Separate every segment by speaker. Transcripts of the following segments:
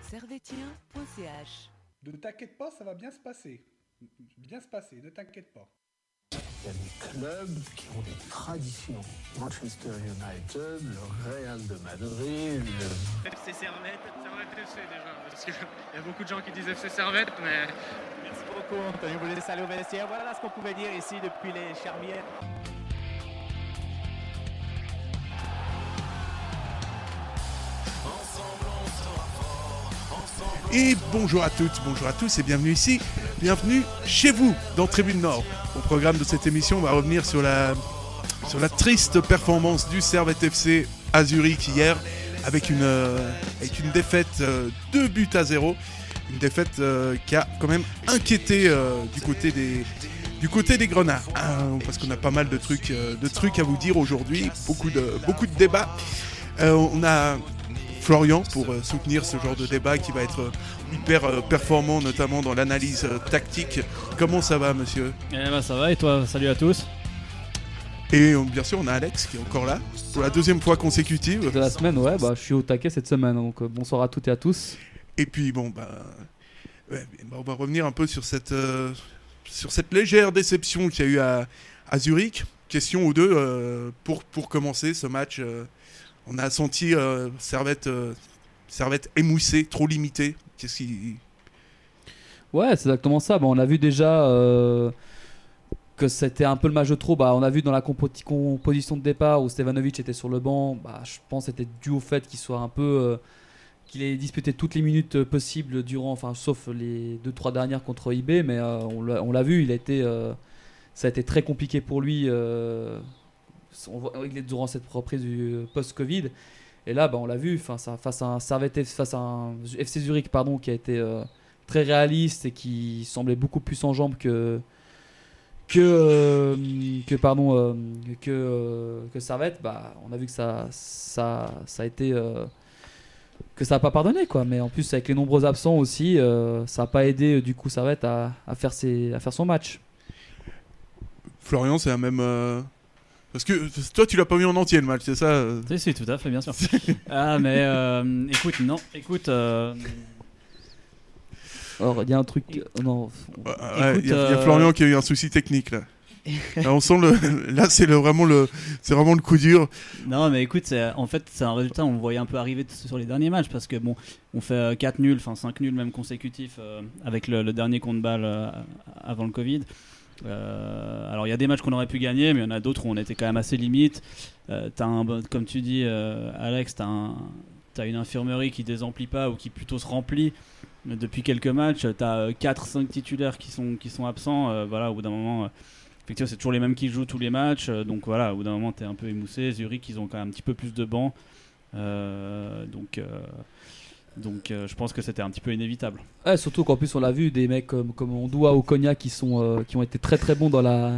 Speaker 1: servetien.ch.
Speaker 2: Ne t'inquiète pas, ça va bien se passer. Bien se passer, ne t'inquiète pas.
Speaker 3: Il y a des clubs qui ont des traditions. Manchester United, le Real de Madrid,
Speaker 4: FC Servette FC déjà, parce qu'il y a beaucoup de gens qui disent FC Servette, mais...
Speaker 5: Merci beaucoup, Anthony. Vous laissez aller au vestiaire. Voilà ce qu'on pouvait dire ici depuis les Charmières.
Speaker 2: Et bonjour à toutes, bonjour à tous et bienvenue ici, bienvenue chez vous dans Tribune Nord. Au programme de cette émission, on va revenir sur la triste performance du Servette FC à Zurich hier avec une défaite 2-0. Une défaite qui a quand même inquiété du côté des Grenats. Parce qu'on a pas mal de trucs à vous dire aujourd'hui, beaucoup de débats. On a Florian pour soutenir ce genre de débat qui va être hyper performant, notamment dans l'analyse tactique. Comment ça va, monsieur ?
Speaker 6: Ça va, et toi ? Salut à tous.
Speaker 2: Et bien sûr, on a Alex qui est encore là pour la deuxième fois consécutive.
Speaker 6: De la semaine, ouais, je suis au taquet cette semaine, donc bonsoir à toutes et à tous.
Speaker 2: Et puis on va revenir un peu sur cette légère déception qu'il y a eu à Zurich. Question ou deux pour commencer ce match. On a senti Servette émoussé, trop limité.
Speaker 6: Ouais, c'est exactement ça. On a vu déjà que c'était un peu le match de trop. On a vu dans la composition de départ où Stevanovic était sur le banc. Je pense que c'était dû au fait qu'il soit un peu... qu'il ait disputé toutes les minutes possibles durant, sauf les 2-3 dernières contre IB, mais on l'a vu, ça a été très compliqué pour lui durant cette reprise du post-Covid. Et là, on l'a vu, face à un FC Zurich qui a été très réaliste et qui semblait beaucoup plus en jambes que Servette. On a vu que ça a été que ça n'a pas pardonné, quoi. Mais en plus avec les nombreux absents aussi, ça n'a pas aidé du coup Servette à faire son match.
Speaker 2: Florian, c'est la même parce que toi tu l'as pas vu en entier le match, c'est ça
Speaker 6: Si, tout à fait, bien sûr. Écoute. Alors il y a un truc. Non.
Speaker 2: Il y a Florian qui a eu un souci technique là. Là, on sent c'est vraiment le coup dur.
Speaker 7: Non, mais écoute, c'est un résultat on voyait un peu arriver sur les derniers matchs parce que on fait 4 nuls, 5 nuls même consécutifs avec le dernier contre balle avant le Covid. Alors il y a des matchs qu'on aurait pu gagner, mais il y en a d'autres où on était quand même assez limite. Comme tu dis, Alex, t'as une infirmerie qui désemplit pas ou qui plutôt se remplit depuis quelques matchs. T'as 4-5 titulaires qui sont absents. Au bout d'un moment, effectivement, c'est toujours les mêmes qui jouent tous les matchs. Donc voilà, au bout d'un moment, t'es un peu émoussé. Zurich, ils ont quand même un petit peu plus de bancs. Donc je pense que c'était un petit peu inévitable.
Speaker 6: Ouais, surtout qu'en plus on l'a vu, des mecs comme Ondoa ou Konya qui ont été très très bons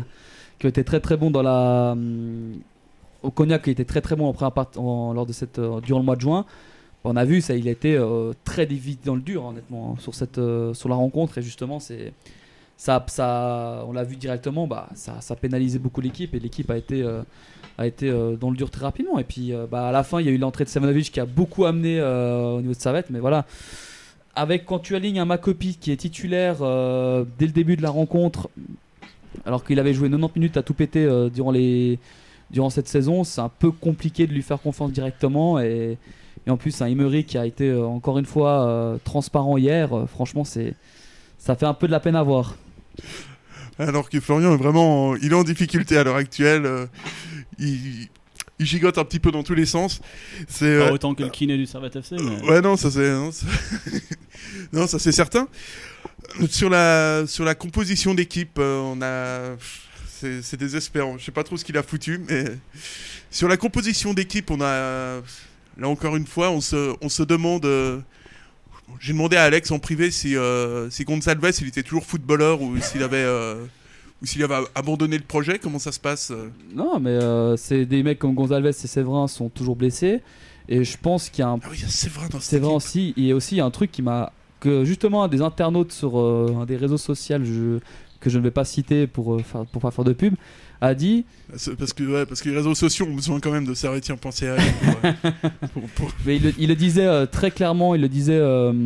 Speaker 6: Okonya qui était très très bon lors de durant le mois de juin. On a vu ça, il a été très difficile dans le dur, honnêtement, sur la rencontre, et justement on l'a vu directement, ça pénalisait beaucoup l'équipe, et l'équipe a été dans le dur très rapidement. Et puis à la fin il y a eu l'entrée de Stevanovic qui a beaucoup amené au niveau de Servette, mais voilà, quand tu alignes un Makopi qui est titulaire dès le début de la rencontre alors qu'il avait joué 90 minutes à tout péter durant cette saison, c'est un peu compliqué de lui faire confiance directement. Et en plus un Emery qui a été encore une fois transparent hier, franchement ça fait un peu de la peine à voir.
Speaker 2: Alors que Florian est vraiment il est en difficulté à l'heure actuelle. Il gigote un petit peu dans tous les sens. C'est
Speaker 7: pas autant que le kiné du Servette FC, mais...
Speaker 2: Ouais, non, ça c'est certain. Sur la composition d'équipe, c'est désespérant. Je sais pas trop ce qu'il a foutu, mais sur la composition d'équipe, on a là encore une fois, on se demande. J'ai demandé à Alex en privé si Gonçalves il était toujours footballeur ou s'il avait abandonné le projet. Comment ça se passe
Speaker 6: Non, mais c'est des mecs comme Gonçalves et Séverin sont toujours blessés, et je pense qu'il y a un...
Speaker 2: Ah oui, il y a Séverin dans cette
Speaker 6: Séverin
Speaker 2: équipe.
Speaker 6: aussi. Il y a aussi un truc que justement un des internautes sur un des réseaux sociaux que je ne vais pas citer pour pas faire de pub, a dit...
Speaker 2: Parce que les réseaux sociaux ont besoin quand même de Servetien, pensez à elle.
Speaker 6: Mais il le disait très clairement, il le disait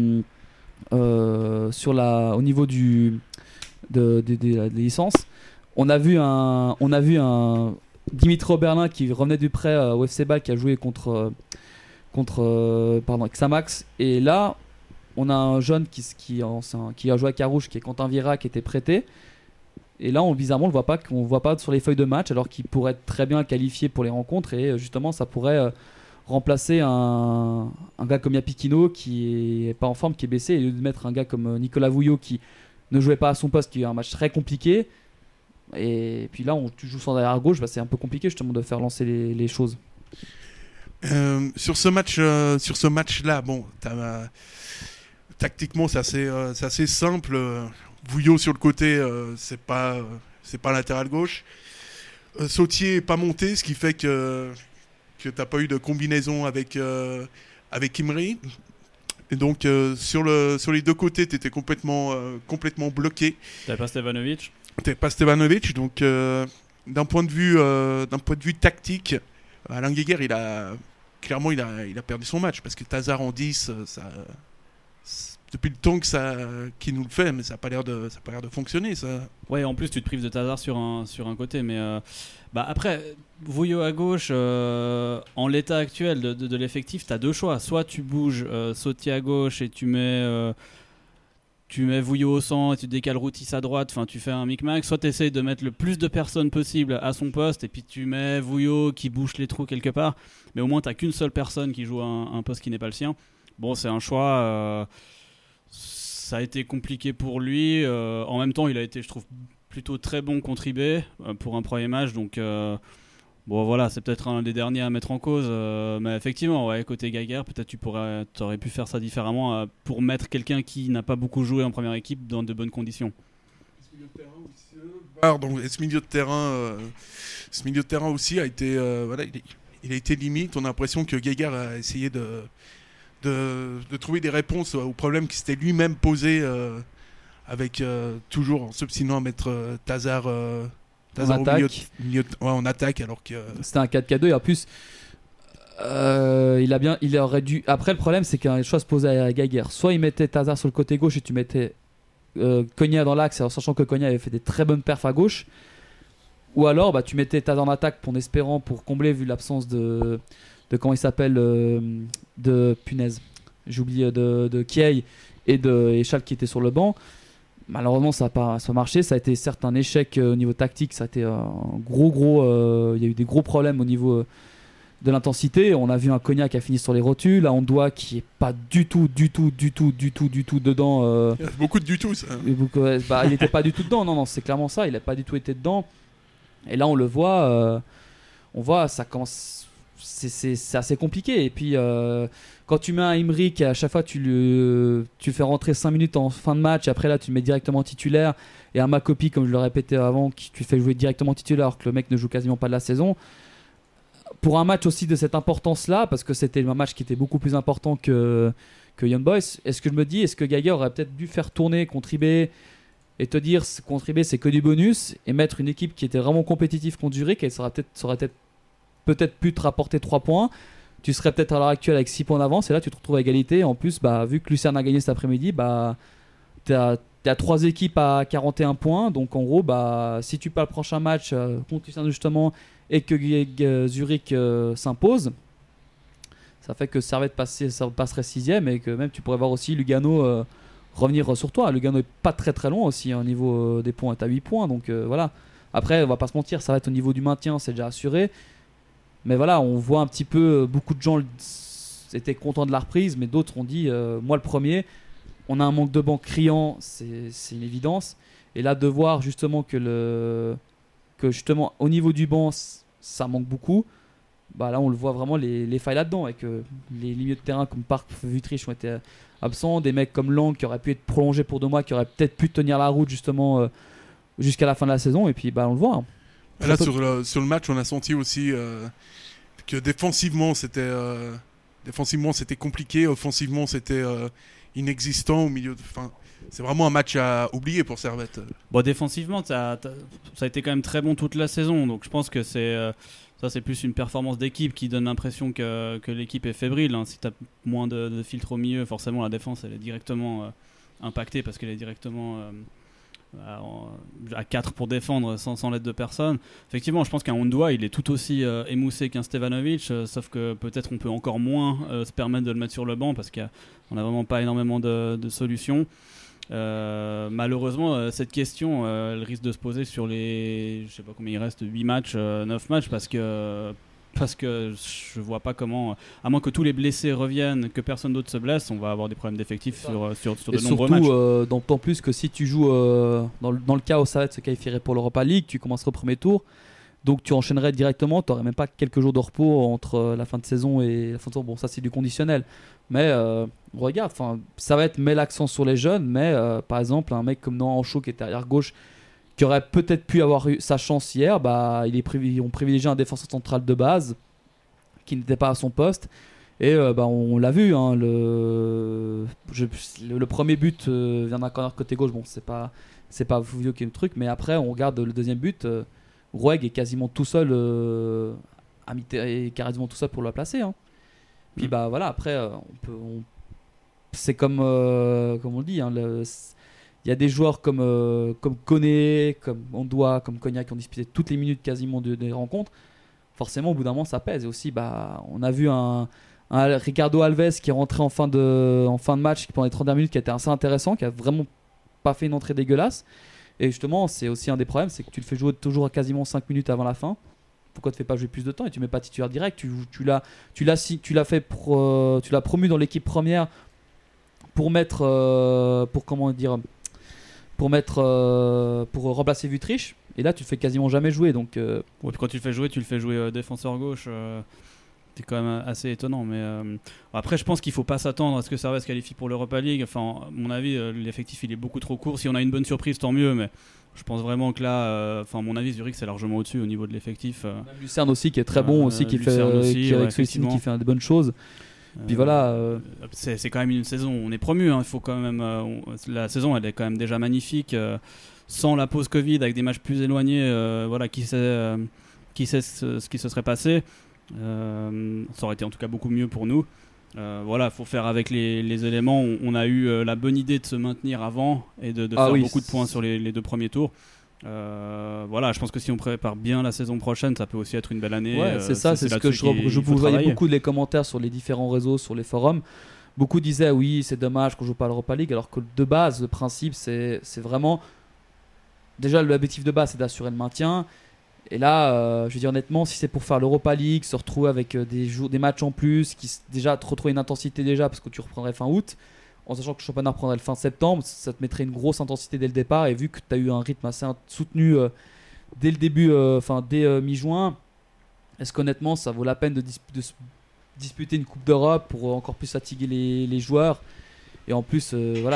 Speaker 6: au niveau des licences. On a vu un Dimitri Oberlin qui revenait du prêt au FC Bâle, qui a joué contre Xamax, et là on a un jeune qui a joué à Carouge, qui est Quentin Vieira, qui était prêté, et là bizarrement on le voit pas sur les feuilles de match, alors qu'il pourrait être très bien qualifié pour les rencontres, et justement ça pourrait remplacer un gars comme Yapikino qui est pas en forme, qui est baissé, et de mettre un gars comme Nicolas Vouillot qui ne jouait pas à son poste, qui a eu un match très compliqué. Et puis là, tu joues sans derrière gauche, c'est un peu compliqué justement de faire lancer les choses.
Speaker 2: Sur ce match-là, bon, tactiquement, c'est assez simple. Vouillot sur le côté, c'est pas latéral gauche. Sautier n'est pas monté, ce qui fait que t'as pas eu de combinaison avec Imri. Et donc sur les deux côtés, t'étais complètement bloqué.
Speaker 7: T'avais pas Stevanovic.
Speaker 2: Donc d'un point de vue tactique, Alain Guéguer, il a perdu son match, parce que Tazar en 10, depuis le temps qu'il nous le fait, mais ça n'a pas l'air de fonctionner, ça.
Speaker 7: Ouais, en plus tu te prives de Tazar sur un côté, mais après Vouillot à gauche, en l'état actuel de l'effectif, t'as deux choix. Soit tu bouges Sautier à gauche et tu mets Vouillot au centre et tu décales Routis à droite, enfin tu fais un micmac. Soit tu essayes de mettre le plus de personnes possible à son poste, et puis tu mets Vouillot qui bouche les trous quelque part, mais au moins t'as qu'une seule personne qui joue un poste qui n'est pas le sien. Bon, c'est un choix, ça a été compliqué pour lui. En même temps, il a été, je trouve, plutôt très bon contre eBay pour un premier match, donc bon voilà, c'est peut-être un des derniers à mettre en cause, mais effectivement, ouais, côté Gaguerre, peut-être t'aurais pu faire ça différemment pour mettre quelqu'un qui n'a pas beaucoup joué en première équipe dans de bonnes conditions.
Speaker 2: Ce milieu de terrain aussi a été, il a été limite. On a l'impression que Gaguerre a essayé de trouver des réponses aux problèmes qu'il s'était lui-même posé, avec toujours en s'obstinant à mettre Tazar en attaque, alors que
Speaker 6: c'était un 4-4-2, et en plus il aurait dû. Après, le problème, c'est qu'un choix se posait à Gaguerre. Soit il mettait Tazar sur le côté gauche et tu mettais Cogna dans l'axe, alors sachant que Cogna avait fait des très bonnes perfs à gauche, ou alors tu mettais Tazar en attaque en espérant, pour combler, vu l'absence de comment il s'appelle, de punaise, j'ai oublié, de Kiei et Schalke qui était sur le banc. Malheureusement, ça n'a pas marché. Ça a été certes un échec au niveau tactique. Ça a été un gros. Il y a eu des gros problèmes au niveau de l'intensité. On a vu un Cognac qui a fini sur les rotules, un Ondoa qui est pas du tout dedans.
Speaker 2: Il y a beaucoup de du tout, ça.
Speaker 6: Il n'était pas du tout dedans. Non, c'est clairement ça. Il n'a pas du tout été dedans. Et là, on le voit. On voit, ça commence. C'est assez compliqué. Et puis quand tu mets un Imri qui à chaque fois tu fais rentrer 5 minutes en fin de match, et après là tu le mets directement titulaire, et un Makopi, comme je le répétais avant, qui tu fais jouer directement titulaire alors que le mec ne joue quasiment pas de la saison, pour un match aussi de cette importance là, parce que c'était un match qui était beaucoup plus important que Young Boys, est-ce que je me dis, est-ce que Gaguerre aurait peut-être dû faire tourner contre eBay et te dire contre eBay c'est que du bonus, et mettre une équipe qui était vraiment compétitive contre Zurich, et ça aurait peut-être pu te rapporter 3 points. Tu serais peut-être à l'heure actuelle avec 6 points d'avance, et là tu te retrouves à égalité. En plus, vu que Lucerne a gagné cet après-midi, t'as 3 équipes à 41 points. Donc en gros, si tu perds le prochain match contre Lucerne justement, et que Zurich s'impose, ça fait que Servette passerait 6ème, et que même tu pourrais voir aussi Lugano revenir sur toi. Lugano est pas très très loin aussi au niveau des points. T'as 8 points, donc voilà. Après, on va pas se mentir, ça va être au niveau du maintien, c'est déjà assuré. Mais voilà, on voit un petit peu, beaucoup de gens étaient contents de la reprise, mais d'autres ont dit, moi le premier, on a un manque de banc criant, c'est une évidence. Et là, de voir justement que justement au niveau du banc, ça manque beaucoup, là on le voit vraiment les failles là-dedans, et que les milieux de terrain comme Park, Vutriche ont été absents, des mecs comme Lang qui auraient pu être prolongés pour 2 mois, qui auraient peut-être pu tenir la route justement jusqu'à la fin de la saison, et puis on le voit.
Speaker 2: Là, sur le match, on a senti aussi que défensivement c'était compliqué, offensivement c'était inexistant au milieu. c'est vraiment un match à oublier pour Servette.
Speaker 7: Bon, défensivement, ça a été quand même très bon toute la saison, donc je pense que c'est plus une performance d'équipe qui donne l'impression que l'équipe est fébrile. Hein. Si tu as moins de filtres au milieu, forcément la défense elle est directement impactée parce qu'elle est directement à 4 pour défendre sans l'aide de personne. Effectivement, je pense qu'un Ondoa il est tout aussi émoussé qu'un Stevanovic, sauf que peut-être on peut encore moins se permettre de le mettre sur le banc parce qu'on n'a vraiment pas énormément de solutions. Malheureusement, cette question elle risque de se poser sur les, je sais pas combien il reste, 8 matchs, 9 matchs, parce que je vois pas comment, à moins que tous les blessés reviennent, que personne d'autre se blesse, on va avoir des problèmes d'effectifs sur de nombreux matchs. Et
Speaker 6: surtout, d'autant plus que si tu joues dans le cas où ça va se qualifierait pour l'Europa League, tu commencerais au premier tour, donc tu enchaînerais directement, tu n'aurais même pas quelques jours de repos entre la fin de saison et la fin de saison. Bon, ça c'est du conditionnel, mais regarde, ça va être met l'accent sur les jeunes, mais par exemple un mec comme Noah Anchaud qui était arrière gauche, qui aurait peut-être pu avoir eu sa chance hier, ils ont privilégié un défenseur central de base qui n'était pas à son poste, et on l'a vu, hein, le premier but vient d'un corner côté gauche. Bon, c'est pas vieux qui est le truc, mais après on regarde le deuxième but, Roueg est quasiment tout seul quasiment tout seul pour le placer, hein. Puis voilà, après c'est comme on dit, hein, il y a des joueurs comme Koné, comme Ondoa, comme Cognac qui ont disputé toutes les minutes quasiment des rencontres. Forcément au bout d'un moment ça pèse. Et aussi on a vu un Ricardo Alves qui est rentré en fin de match pendant les 30 dernières minutes, qui a été assez intéressant, qui a vraiment pas fait une entrée dégueulasse. Et justement, c'est aussi un des problèmes, c'est que tu le fais jouer toujours à quasiment 5 minutes avant la fin. Pourquoi tu ne fais pas jouer plus de temps et tu mets pas titulaire direct? Tu l'as promu dans l'équipe première pour remplacer Vutriche, et là tu le fais quasiment jamais jouer. Donc
Speaker 7: quand tu le fais jouer défenseur gauche. C'est quand même assez étonnant, mais après je pense qu'il faut pas s'attendre à ce que Servette se qualifie pour l'Europa League. Enfin, à mon avis, l'effectif il est beaucoup trop court. Si on a une bonne surprise, tant mieux, mais je pense vraiment que là, à mon avis, Zurich c'est largement au-dessus au niveau de l'effectif.
Speaker 6: Même Lucerne aussi qui est très bon aussi, qui fait des bonnes choses. Puis voilà.
Speaker 7: C'est quand même une saison, on est promu. Il faut quand même. La saison elle est quand même déjà magnifique, sans la pause Covid, avec des matchs plus éloignés. Qui sait ce qui se serait passé. Ça aurait été en tout cas beaucoup mieux pour nous. Faut faire avec les éléments. On a eu la bonne idée de se maintenir avant et de faire beaucoup de points sur les 2 premiers tours. Je pense que si on prépare bien la saison prochaine, ça peut aussi être une belle année.
Speaker 6: C'est ce que je voyais beaucoup de les commentaires sur les différents réseaux, sur les forums. Beaucoup disaient oui, c'est dommage qu'on joue pas à l'Europa League, alors que de base, le principe c'est vraiment déjà l'objectif de base, c'est d'assurer le maintien. Et là, je veux dire honnêtement, si c'est pour faire l'Europa League, se retrouver avec des matchs en plus, déjà te retrouver une intensité déjà, parce que tu reprendrais fin août, en sachant que le championnat reprendrait le fin septembre, ça te mettrait une grosse intensité dès le départ. Et vu que tu as eu un rythme assez soutenu dès le début, dès mi-juin, est-ce qu'honnêtement ça vaut la peine de disputer une Coupe d'Europe pour encore plus fatiguer les joueurs? Et en plus,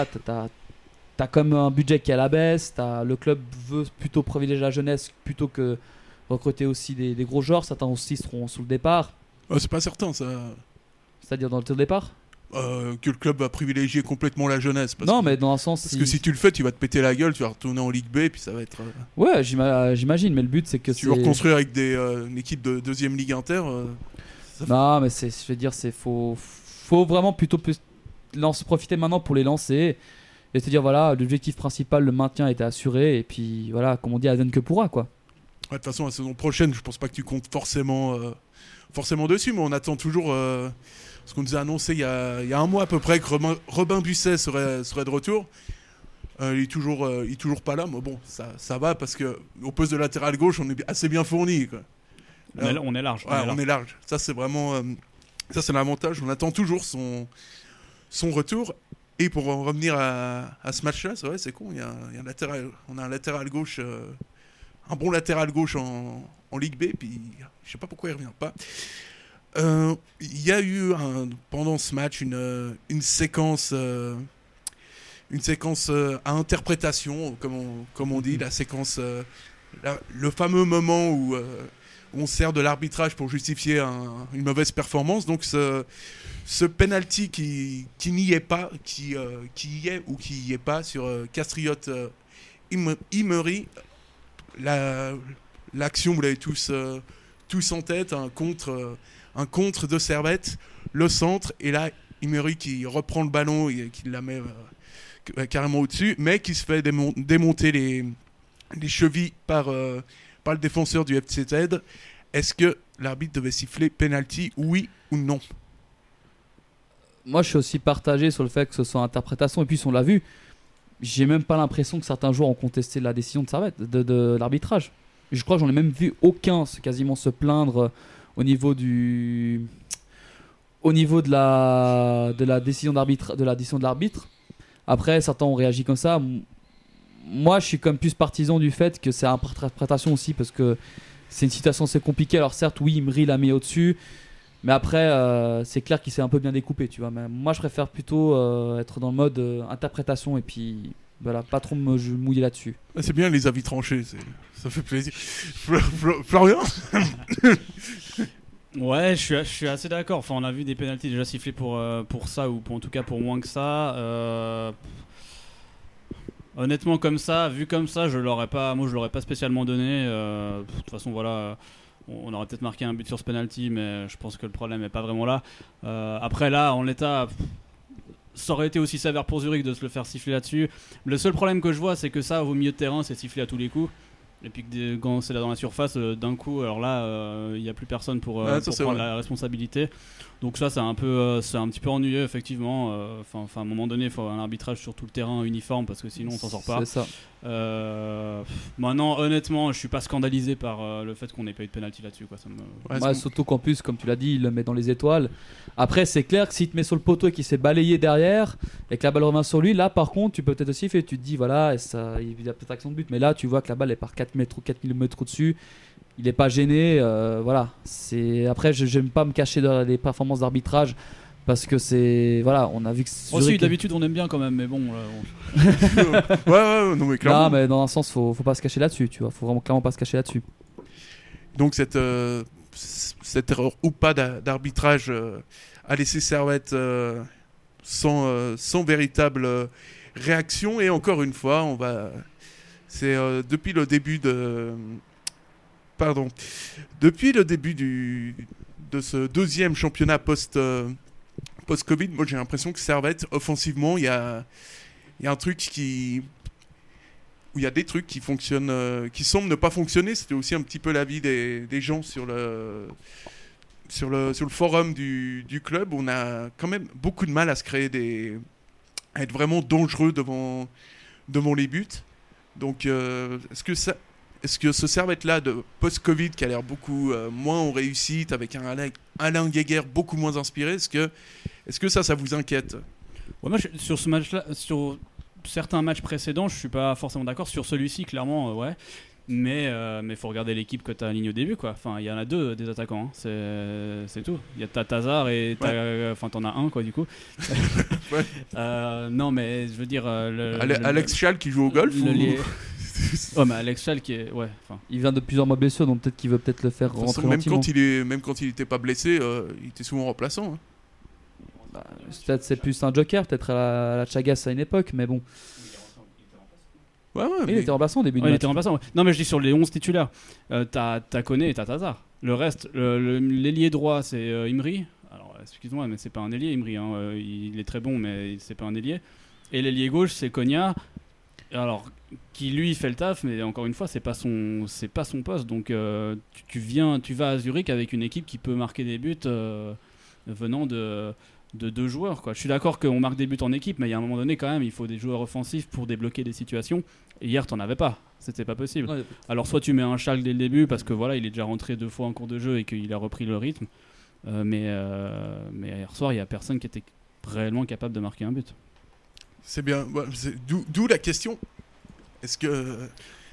Speaker 6: t'as comme un budget qui est à la baisse, le club veut plutôt privilégier la jeunesse plutôt que recruter aussi des gros joueurs. Certains aussi seront sous le départ.
Speaker 2: C'est pas certain ça.
Speaker 6: C'est-à-dire dans le départ
Speaker 2: que le club va privilégier complètement la jeunesse.
Speaker 6: Mais dans un sens.
Speaker 2: Parce que si tu le fais, tu vas te péter la gueule, tu vas retourner en Ligue B, et puis ça va être.
Speaker 6: Ouais, j'imagine, mais le but c'est que
Speaker 2: si tu veux reconstruire avec une équipe de deuxième Ligue Inter.
Speaker 6: Non, mais faut vraiment plutôt profiter maintenant pour les lancer. Et se dire l'objectif principal, le maintien était assuré, et puis voilà, comme on dit, advienne que pourra quoi.
Speaker 2: De toute façon, la saison prochaine, je pense pas que tu comptes forcément dessus, mais on attend toujours ce qu'on nous a annoncé il y a un mois à peu près, que Robin Busset serait de retour. Il est toujours pas là, mais bon, ça va, parce que au poste de latéral gauche, on est assez bien fourni quoi.
Speaker 7: On est large.
Speaker 2: On est large. Ça c'est vraiment c'est l'avantage. On attend toujours son retour. Et pour en revenir à ce match-là, c'est vrai, c'est con. On a un latéral gauche, un bon latéral gauche en Ligue B, puis je sais pas pourquoi il revient pas. Il y a eu pendant ce match une séquence à interprétation, comme on dit, la séquence, le fameux moment où on se sert de l'arbitrage pour justifier une mauvaise performance. Donc ce penalty qui n'y est pas, qui y est ou qui y est pas sur Castriote Imeri, l'action vous l'avez tous en tête, un contre de Servette, le centre, et là Imeri qui reprend le ballon et qui la met carrément au-dessus, mais qui se fait démonter les chevilles par le défenseur du FCZ. Est-ce que l'arbitre devait siffler penalty, oui ou non?
Speaker 6: Moi, je suis aussi partagé sur le fait que ce soit interprétation. Et puis, on l'a vu, j'ai même pas l'impression que certains joueurs ont contesté la décision de Servette, de l'arbitrage. Je crois que j'en ai même vu aucun quasiment se plaindre au niveau de la décision de l'arbitre. Après, certains ont réagi comme ça. Moi, je suis comme plus partisan du fait que c'est interprétation aussi, parce que c'est une situation assez compliquée. Alors certes, oui, Imri l'a mis au-dessus, mais après, c'est clair qu'il s'est un peu bien découpé, tu vois. Mais moi, je préfère plutôt être dans le mode interprétation, et puis voilà, pas trop me mouiller là-dessus.
Speaker 2: C'est bien les avis tranchés, ça fait plaisir. Florian?
Speaker 7: Ouais, je suis assez d'accord. Enfin, on a vu des pénaltys déjà sifflés pour ça, ou en tout cas pour moins que ça. Honnêtement, comme ça, vu comme ça, je l'aurais pas spécialement donné. De toute façon, voilà, on aurait peut-être marqué un but sur ce penalty, mais je pense que le problème n'est pas vraiment là. Après, là, en l'état, ça aurait été aussi sévère pour Zurich de se le faire siffler là-dessus. Le seul problème que je vois, c'est que ça, au milieu de terrain, c'est sifflé à tous les coups. Et puis que quand c'est là dans la surface, d'un coup, alors là, il n'y a plus personne pour prendre la responsabilité. Donc ça, c'est un petit peu ennuyeux, effectivement. À un moment donné, il faut un arbitrage sur tout le terrain uniforme, parce que sinon, on s'en sort pas.
Speaker 6: C'est ça.
Speaker 7: Maintenant, honnêtement, je suis pas scandalisé par le fait qu'on n'ait pas eu de penalty là-dessus, quoi.
Speaker 6: Surtout qu'en plus, comme tu l'as dit, il le met dans les étoiles. Après, c'est clair que s'il te met sur le poteau et qu'il s'est balayé derrière et que la balle revient sur lui, là, par contre, tu peux peut-être aussi faire, tu te dis, voilà, il y a peut-être action de but. Mais là, tu vois que la balle est par 4 mètres ou 4 mm au-dessus. Il n'est pas gêné. Voilà. Après, je n'aime pas me cacher dans les performances d'arbitrage, parce que c'est. Voilà, on a vu que.
Speaker 7: Aussi, d'habitude, on aime bien quand même, mais bon.
Speaker 2: Ouais, non, mais clairement.
Speaker 6: Non, mais dans un sens, faut pas se cacher là-dessus, tu vois. Faut vraiment clairement pas se cacher là-dessus.
Speaker 2: Donc, cette erreur ou pas d'arbitrage a laissé Servette sans véritable réaction. Et encore une fois, c'est depuis le début de ce deuxième championnat post-Covid, moi j'ai l'impression que Servette, offensivement, il y a un truc où il y a des trucs qui fonctionnent, qui semblent ne pas fonctionner. C'était aussi un petit peu l'avis des gens sur le forum du club. On a quand même beaucoup de mal à se créer à être vraiment dangereux devant les buts. Donc est-ce que ce Servette-là de post-Covid, qui a l'air beaucoup moins en réussite, avec un Alain Guéguer beaucoup moins inspiré, est-ce que ça vous inquiète?
Speaker 7: Ouais, moi, sur ce match-là, sur certains matchs précédents, je suis pas forcément d'accord. Sur celui-ci, clairement, ouais. Mais faut regarder l'équipe que tu as alignée au début, quoi. Enfin, il y en a deux des attaquants, hein. C'est tout. Il y a Tazar et t'en as un, quoi, du coup.
Speaker 2: Ouais.
Speaker 7: Non, mais je veux dire
Speaker 2: Alex Schall qui joue au golf
Speaker 7: Ouais, mais Alex Schall qui est
Speaker 6: il vient de plusieurs mois blessure, donc peut-être qu'il veut peut-être le faire rentrer gentiment.
Speaker 2: Même quand il était pas blessé, il était souvent remplaçant, hein.
Speaker 6: Peut-être c'est plus un joker, peut-être à la Chagas à une époque, mais bon.
Speaker 2: Ouais,
Speaker 6: il était remplaçant au début du match.
Speaker 7: Il était remplaçant, ouais. Non, mais je dis sur les 11 titulaires, t'as Koné et t'as Tazar. Le reste, l'ailier droit, c'est Imri. Alors, excuse-moi, mais c'est pas un ailier, Imri, hein. Il est très bon, mais c'est pas un ailier. Et l'ailier gauche, c'est Konya. Alors, qui lui fait le taf, mais encore une fois, c'est pas son poste. Donc, tu vas à Zurich avec une équipe qui peut marquer des buts venant de deux joueurs, quoi. Je suis d'accord qu'on marque des buts en équipe, mais il y a un moment donné quand même, il faut des joueurs offensifs pour débloquer des situations. Et hier, t'en avais pas, c'était pas possible. Ouais. Alors soit tu mets un Schalke dès le début parce que voilà, il est déjà rentré 2 fois en cours de jeu et qu'il a repris le rythme. Mais hier soir, il y a personne qui était réellement capable de marquer un but.
Speaker 2: C'est bien. D'où la question. Est-ce qu'il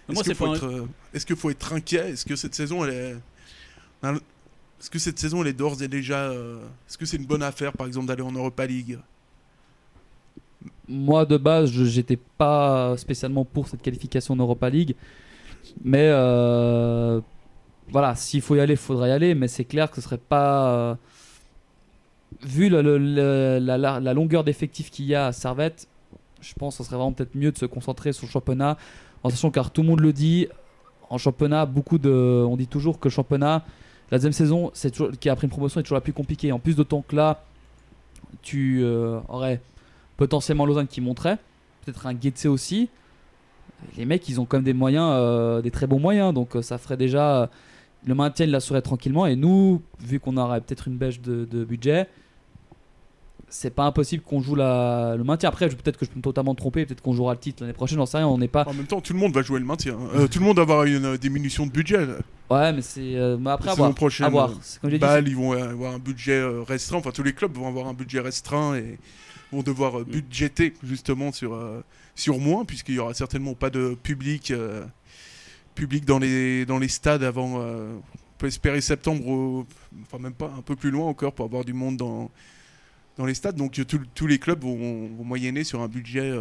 Speaker 2: faut être inquiet? Est-ce que cette saison elle est d'ores et déjà... Est-ce que c'est une bonne affaire, par exemple, d'aller en Europa League?
Speaker 6: Moi, de base, j'étais pas spécialement pour cette qualification en Europa League. Mais voilà, s'il faut y aller, il faudra y aller, mais c'est clair que ce serait pas. Vu la longueur d'effectifs qu'il y a à Servette, je pense que ce serait vraiment peut-être mieux de se concentrer sur le championnat, en sachant car tout le monde le dit, en championnat, on dit toujours que le championnat, la deuxième saison qui a pris une promotion est toujours la plus compliquée. En plus, d'autant que là, tu aurais potentiellement Lausanne qui monterait, peut-être un Guetze aussi. Les mecs, ils ont quand même des moyens, des très bons moyens, donc ça ferait déjà le maintien, il l'assurerait tranquillement. Et nous, vu qu'on aurait peut-être une bêche de budget, c'est pas impossible qu'on joue le maintien. Après, peut-être que je peux me totalement tromper, peut-être qu'on jouera le titre l'année prochaine, j'en sais rien. On n'est pas.
Speaker 2: En même temps, tout le monde va jouer le maintien. Tout le monde va avoir une diminution de budget. Là.
Speaker 6: Ouais, mais c'est mais après
Speaker 2: La
Speaker 6: à
Speaker 2: saison
Speaker 6: voir.
Speaker 2: prochaine,
Speaker 6: À voir. Comme j'ai dit,
Speaker 2: ils vont avoir un budget restreint. Enfin, tous les clubs vont avoir un budget restreint et vont devoir budgéter justement sur moins, puisqu'il y aura certainement pas de public dans les stades avant. On peut espérer septembre, enfin même pas, un peu plus loin encore pour avoir du monde dans les stades. Donc tous les clubs vont moyenner sur un budget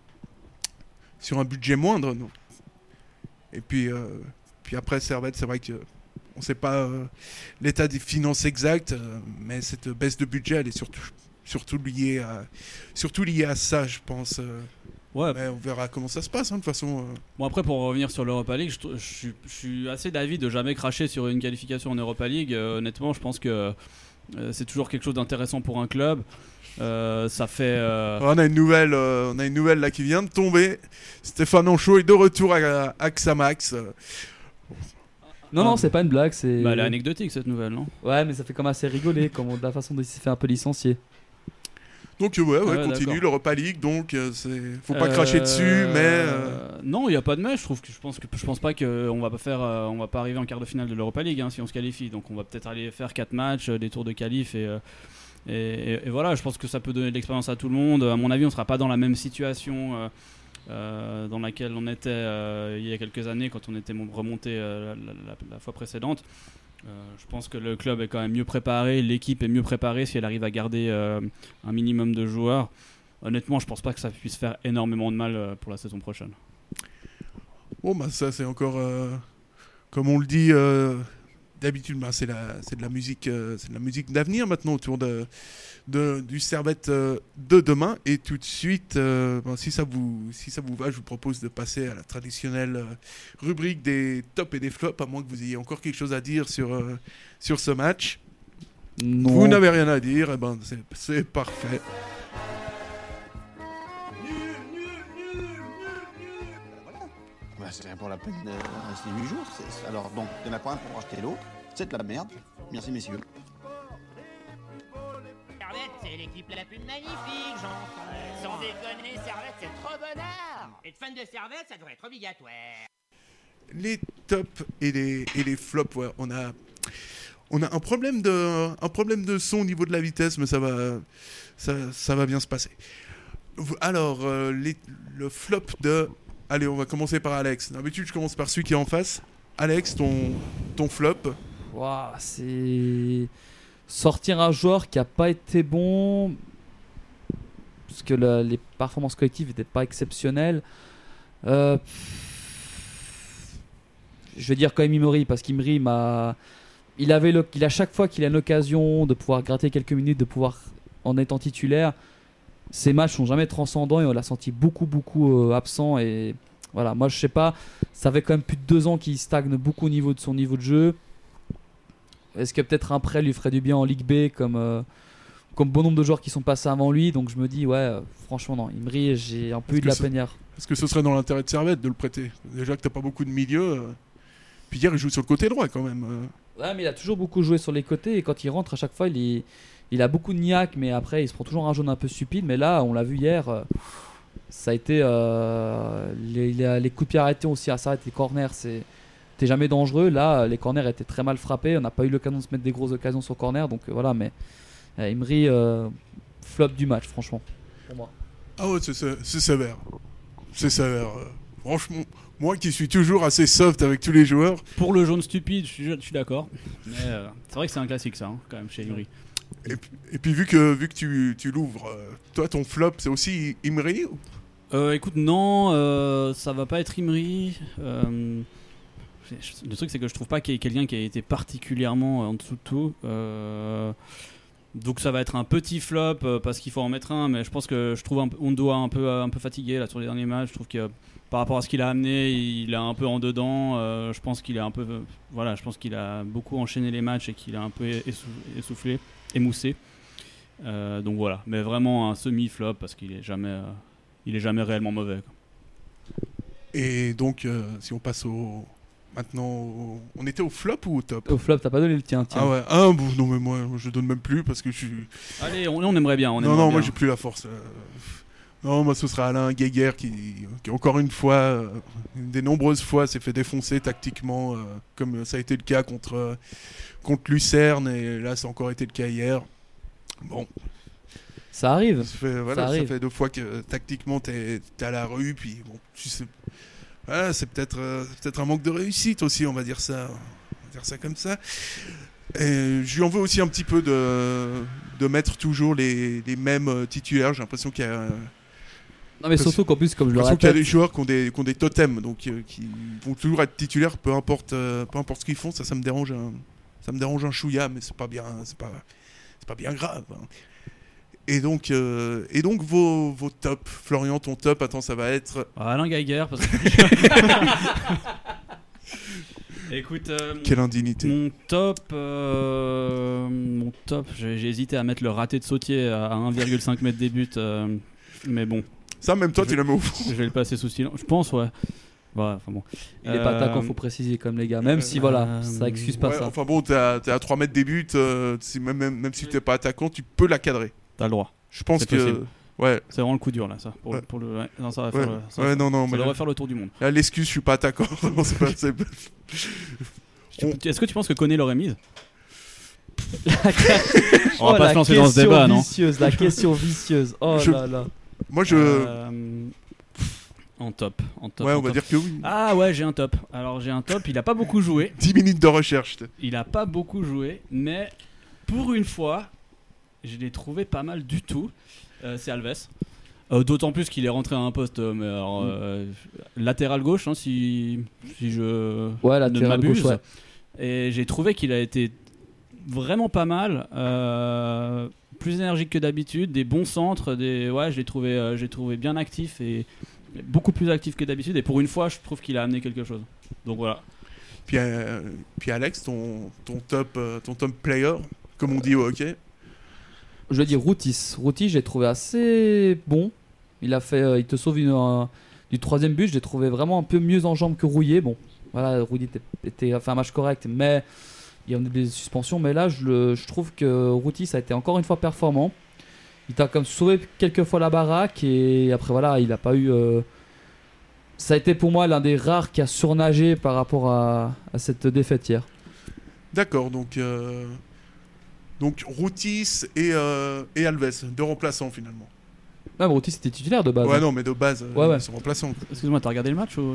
Speaker 2: moindre. Donc. Et puis après Servette, c'est vrai que on ne sait pas l'état des finances exact, mais cette baisse de budget, elle est surtout liée à ça, je pense.
Speaker 7: Ouais.
Speaker 2: Mais on verra comment ça se passe, de toute façon.
Speaker 7: Bon, après, pour revenir sur l'Europa League, je suis assez d'avis de jamais cracher sur une qualification en Europa League. Honnêtement, je pense que c'est toujours quelque chose d'intéressant pour un club. Ça fait.
Speaker 2: On a une nouvelle là qui vient de tomber. Stéphane Anchaud est de retour à Xamax.
Speaker 6: Non, c'est pas une blague, c'est.
Speaker 7: Elle est anecdotique cette nouvelle, non?
Speaker 6: Ouais, mais ça fait comme assez rigoler, de la façon dont il s'est fait un peu licencier.
Speaker 2: Donc continue l'Europa League, donc faut pas cracher dessus, mais
Speaker 7: non, il y a pas de mais. Je pense pas qu'on va pas arriver en quart de finale de l'Europa League si on se qualifie. Donc on va peut-être aller faire 4 matchs, des tours de qualif et voilà. Je pense que ça peut donner de l'expérience à tout le monde. À mon avis, on sera pas dans la même situation dans laquelle on était il y a quelques années quand on était remonté la fois précédente. Je pense que le club est quand même mieux préparé, l'équipe est mieux préparée si elle arrive à garder un minimum de joueurs. Honnêtement, je pense pas que ça puisse faire énormément de mal pour la saison prochaine.
Speaker 2: Bon, ça c'est encore, comme on le dit d'habitude, c'est de la musique d'avenir maintenant autour du Servette de demain. Et tout de suite, si ça vous va, je vous propose de passer à la traditionnelle rubrique des tops et des flops, à moins que vous ayez encore quelque chose à dire sur ce match.
Speaker 6: Non.
Speaker 2: Vous n'avez rien à dire, c'est parfait.
Speaker 1: C'est pour la peine de rester 8 jours. Alors, donc, il n'y en a pas un pour acheter l'autre. C'est de la merde. Merci, messieurs.
Speaker 8: Servette, c'est l'équipe la plus magnifique, j'entends. Sans déconner, Servette, c'est trop bonheur. Être fan de Servette, ça devrait être obligatoire.
Speaker 2: Les tops et les flops, ouais, on a un problème de son au niveau de la vitesse, mais ça va bien se passer. Alors, le flop de... Allez, on va commencer par Alex. D'habitude, je commence par celui qui est en face. Alex, ton flop.
Speaker 6: Wow, c'est sortir un joueur qui a pas été bon parce que les performances collectives n'étaient pas exceptionnelles. Je vais dire quand même Imri, parce qu'Imri il a chaque fois qu'il a une occasion de pouvoir gratter quelques minutes, de pouvoir en étant titulaire, ces matchs sont jamais transcendants et on l'a senti beaucoup absent. Et voilà, moi je sais pas, ça fait quand même plus de 2 ans qu'il stagne beaucoup au niveau de son niveau de jeu. Est-ce que peut-être un prêt lui ferait du bien en Ligue B comme bon nombre de joueurs qui sont passés avant lui? Donc je me dis franchement non, Imri, j'ai un peu eu de la peignard.
Speaker 2: Est-ce que ce serait dans l'intérêt de Servette de le prêter? Déjà que t'as pas beaucoup de milieu. Puis hier il joue sur le côté droit quand même.
Speaker 6: Ouais, mais il a toujours beaucoup joué sur les côtés et quand il rentre à chaque fois il a beaucoup de niaque, mais après il se prend toujours un jaune un peu stupide. Mais là, on l'a vu hier, ça a été les coups de pied arrêtés aussi à Servette, les corners, c'était jamais dangereux. Là, les corners étaient très mal frappés. On n'a pas eu l'occasion de se mettre des grosses occasions sur corner, donc voilà. Mais Imri, flop du match, franchement, pour moi.
Speaker 2: Ah ouais, c'est sévère. C'est sévère. Franchement, moi qui suis toujours assez soft avec tous les joueurs.
Speaker 7: Pour le jaune stupide, je suis d'accord. Mais c'est vrai que c'est un classique ça, quand même, chez Imri.
Speaker 2: Et puis vu que tu l'ouvres, toi ton flop c'est aussi Imri
Speaker 7: Écoute, non, ça va pas être Imri. le truc c'est que je trouve pas qu'il y ait quelqu'un qui a été particulièrement en dessous de tout. Donc ça va être un petit flop parce qu'il faut en mettre un, mais je pense que on doit un peu fatigué là sur les derniers matchs. Je trouve que par rapport à ce qu'il a amené, il est un peu en dedans. Je pense qu'il est un peu, je pense qu'il a beaucoup enchaîné les matchs et qu'il a un peu essoufflé, émoussé. Donc voilà, mais vraiment un semi-flop parce qu'il est jamais réellement mauvais, quoi.
Speaker 2: Et donc, si on passe maintenant, on était au flop ou au top?
Speaker 6: Au flop, t'as pas donné le tien.
Speaker 2: Ah ouais, non mais moi je donne même plus parce que je suis...
Speaker 7: Allez, on aimerait bien.
Speaker 2: Non, moi j'ai plus la force. Non, moi ce sera Alain Guéguer qui encore une fois, une des nombreuses fois, s'est fait défoncer tactiquement, comme ça a été le cas contre Lucerne, et là ça a encore été le cas hier. Bon.
Speaker 6: Ça arrive.
Speaker 2: Ça fait 2 fois que tactiquement t'es à la rue, puis bon, tu sais... Voilà, c'est peut-être un manque de réussite aussi, on va dire ça comme ça. Et je lui en veux aussi un petit peu de mettre toujours les mêmes titulaires. J'ai l'impression qu'il y a...
Speaker 6: Non mais surtout qu'en plus, comme je le
Speaker 2: qu'il y a
Speaker 6: répète,
Speaker 2: des joueurs qui ont des totems, donc qui vont toujours être titulaires, peu importe ce qu'ils font. Ça me dérange un chouïa, mais c'est pas bien grave, hein. Et donc vos tops. Florian, ton top, attends, ça va être...
Speaker 7: Alain Geiger, parce que... Écoute,
Speaker 2: quelle indignité.
Speaker 7: Mon top, j'ai hésité à mettre le raté de Sautier à 1,5 mètre des buts, mais bon.
Speaker 2: Ça, même toi, tu l'as mis au fond.
Speaker 7: Je vais le passer sous silence. Je pense, ouais. Ouais, enfin bon.
Speaker 6: il est pas attaquant, faut préciser comme les gars. Même si ça excuse pas ça.
Speaker 2: Enfin bon, t'es à 3 mètres des buts, même si t'es pas attaquant, tu peux la cadrer.
Speaker 7: T'as le droit.
Speaker 2: Je pense que...
Speaker 7: possible.
Speaker 2: Ouais.
Speaker 7: C'est vraiment le coup dur là, ça.
Speaker 2: Ouais.
Speaker 7: Non, ça va
Speaker 2: faire
Speaker 7: ça
Speaker 2: mais
Speaker 7: devrait faire le tour du monde.
Speaker 2: Là, l'excuse, je suis pas attaquant.
Speaker 7: Est-ce que tu penses que Koné l'aurait mise?
Speaker 6: On
Speaker 7: va pas se lancer dans ce débat, non?
Speaker 6: La question vicieuse. Oh là là.
Speaker 2: Moi,
Speaker 7: En top.
Speaker 2: Ouais, on va dire que oui.
Speaker 7: Ah ouais, j'ai un top. Alors j'ai un top, il a pas beaucoup joué.
Speaker 2: 10 minutes de recherche.
Speaker 7: Il a pas beaucoup joué, mais pour une fois, je l'ai trouvé pas mal du tout. C'est Alves. D'autant plus qu'il est rentré à un poste latéral gauche, hein, si je ne m'abuse.
Speaker 6: Gauche, ouais.
Speaker 7: Et j'ai trouvé qu'il a été vraiment pas mal, plus énergique que d'habitude, des bons centres, je l'ai trouvé bien actif et beaucoup plus actif que d'habitude. Et pour une fois, je trouve qu'il a amené quelque chose. Donc voilà.
Speaker 2: Puis Alex, ton top player, comme on dit au hockey.
Speaker 6: Je vais dire Routis. Routis, je l'ai trouvé assez bon. Il te sauve du 3e but. Je l'ai trouvé vraiment un peu mieux en jambes que Rouillet. Bon, voilà, Rouillet a fait un match correct, mais il y a des suspensions. Mais là, je trouve que Routis a été encore une fois performant. Il t'a comme sauvé quelques fois la baraque, et après voilà, il n'a pas eu... Ça a été pour moi l'un des rares qui a surnagé par rapport à cette défaite hier.
Speaker 2: D'accord, donc Routis et Alves, 2 remplaçants finalement.
Speaker 6: Ah, mais Routis était titulaire de base.
Speaker 2: Ouais, non, mais de base,
Speaker 6: ouais.
Speaker 2: ils sont remplaçants.
Speaker 7: Excuse-moi, t'as regardé le match ou...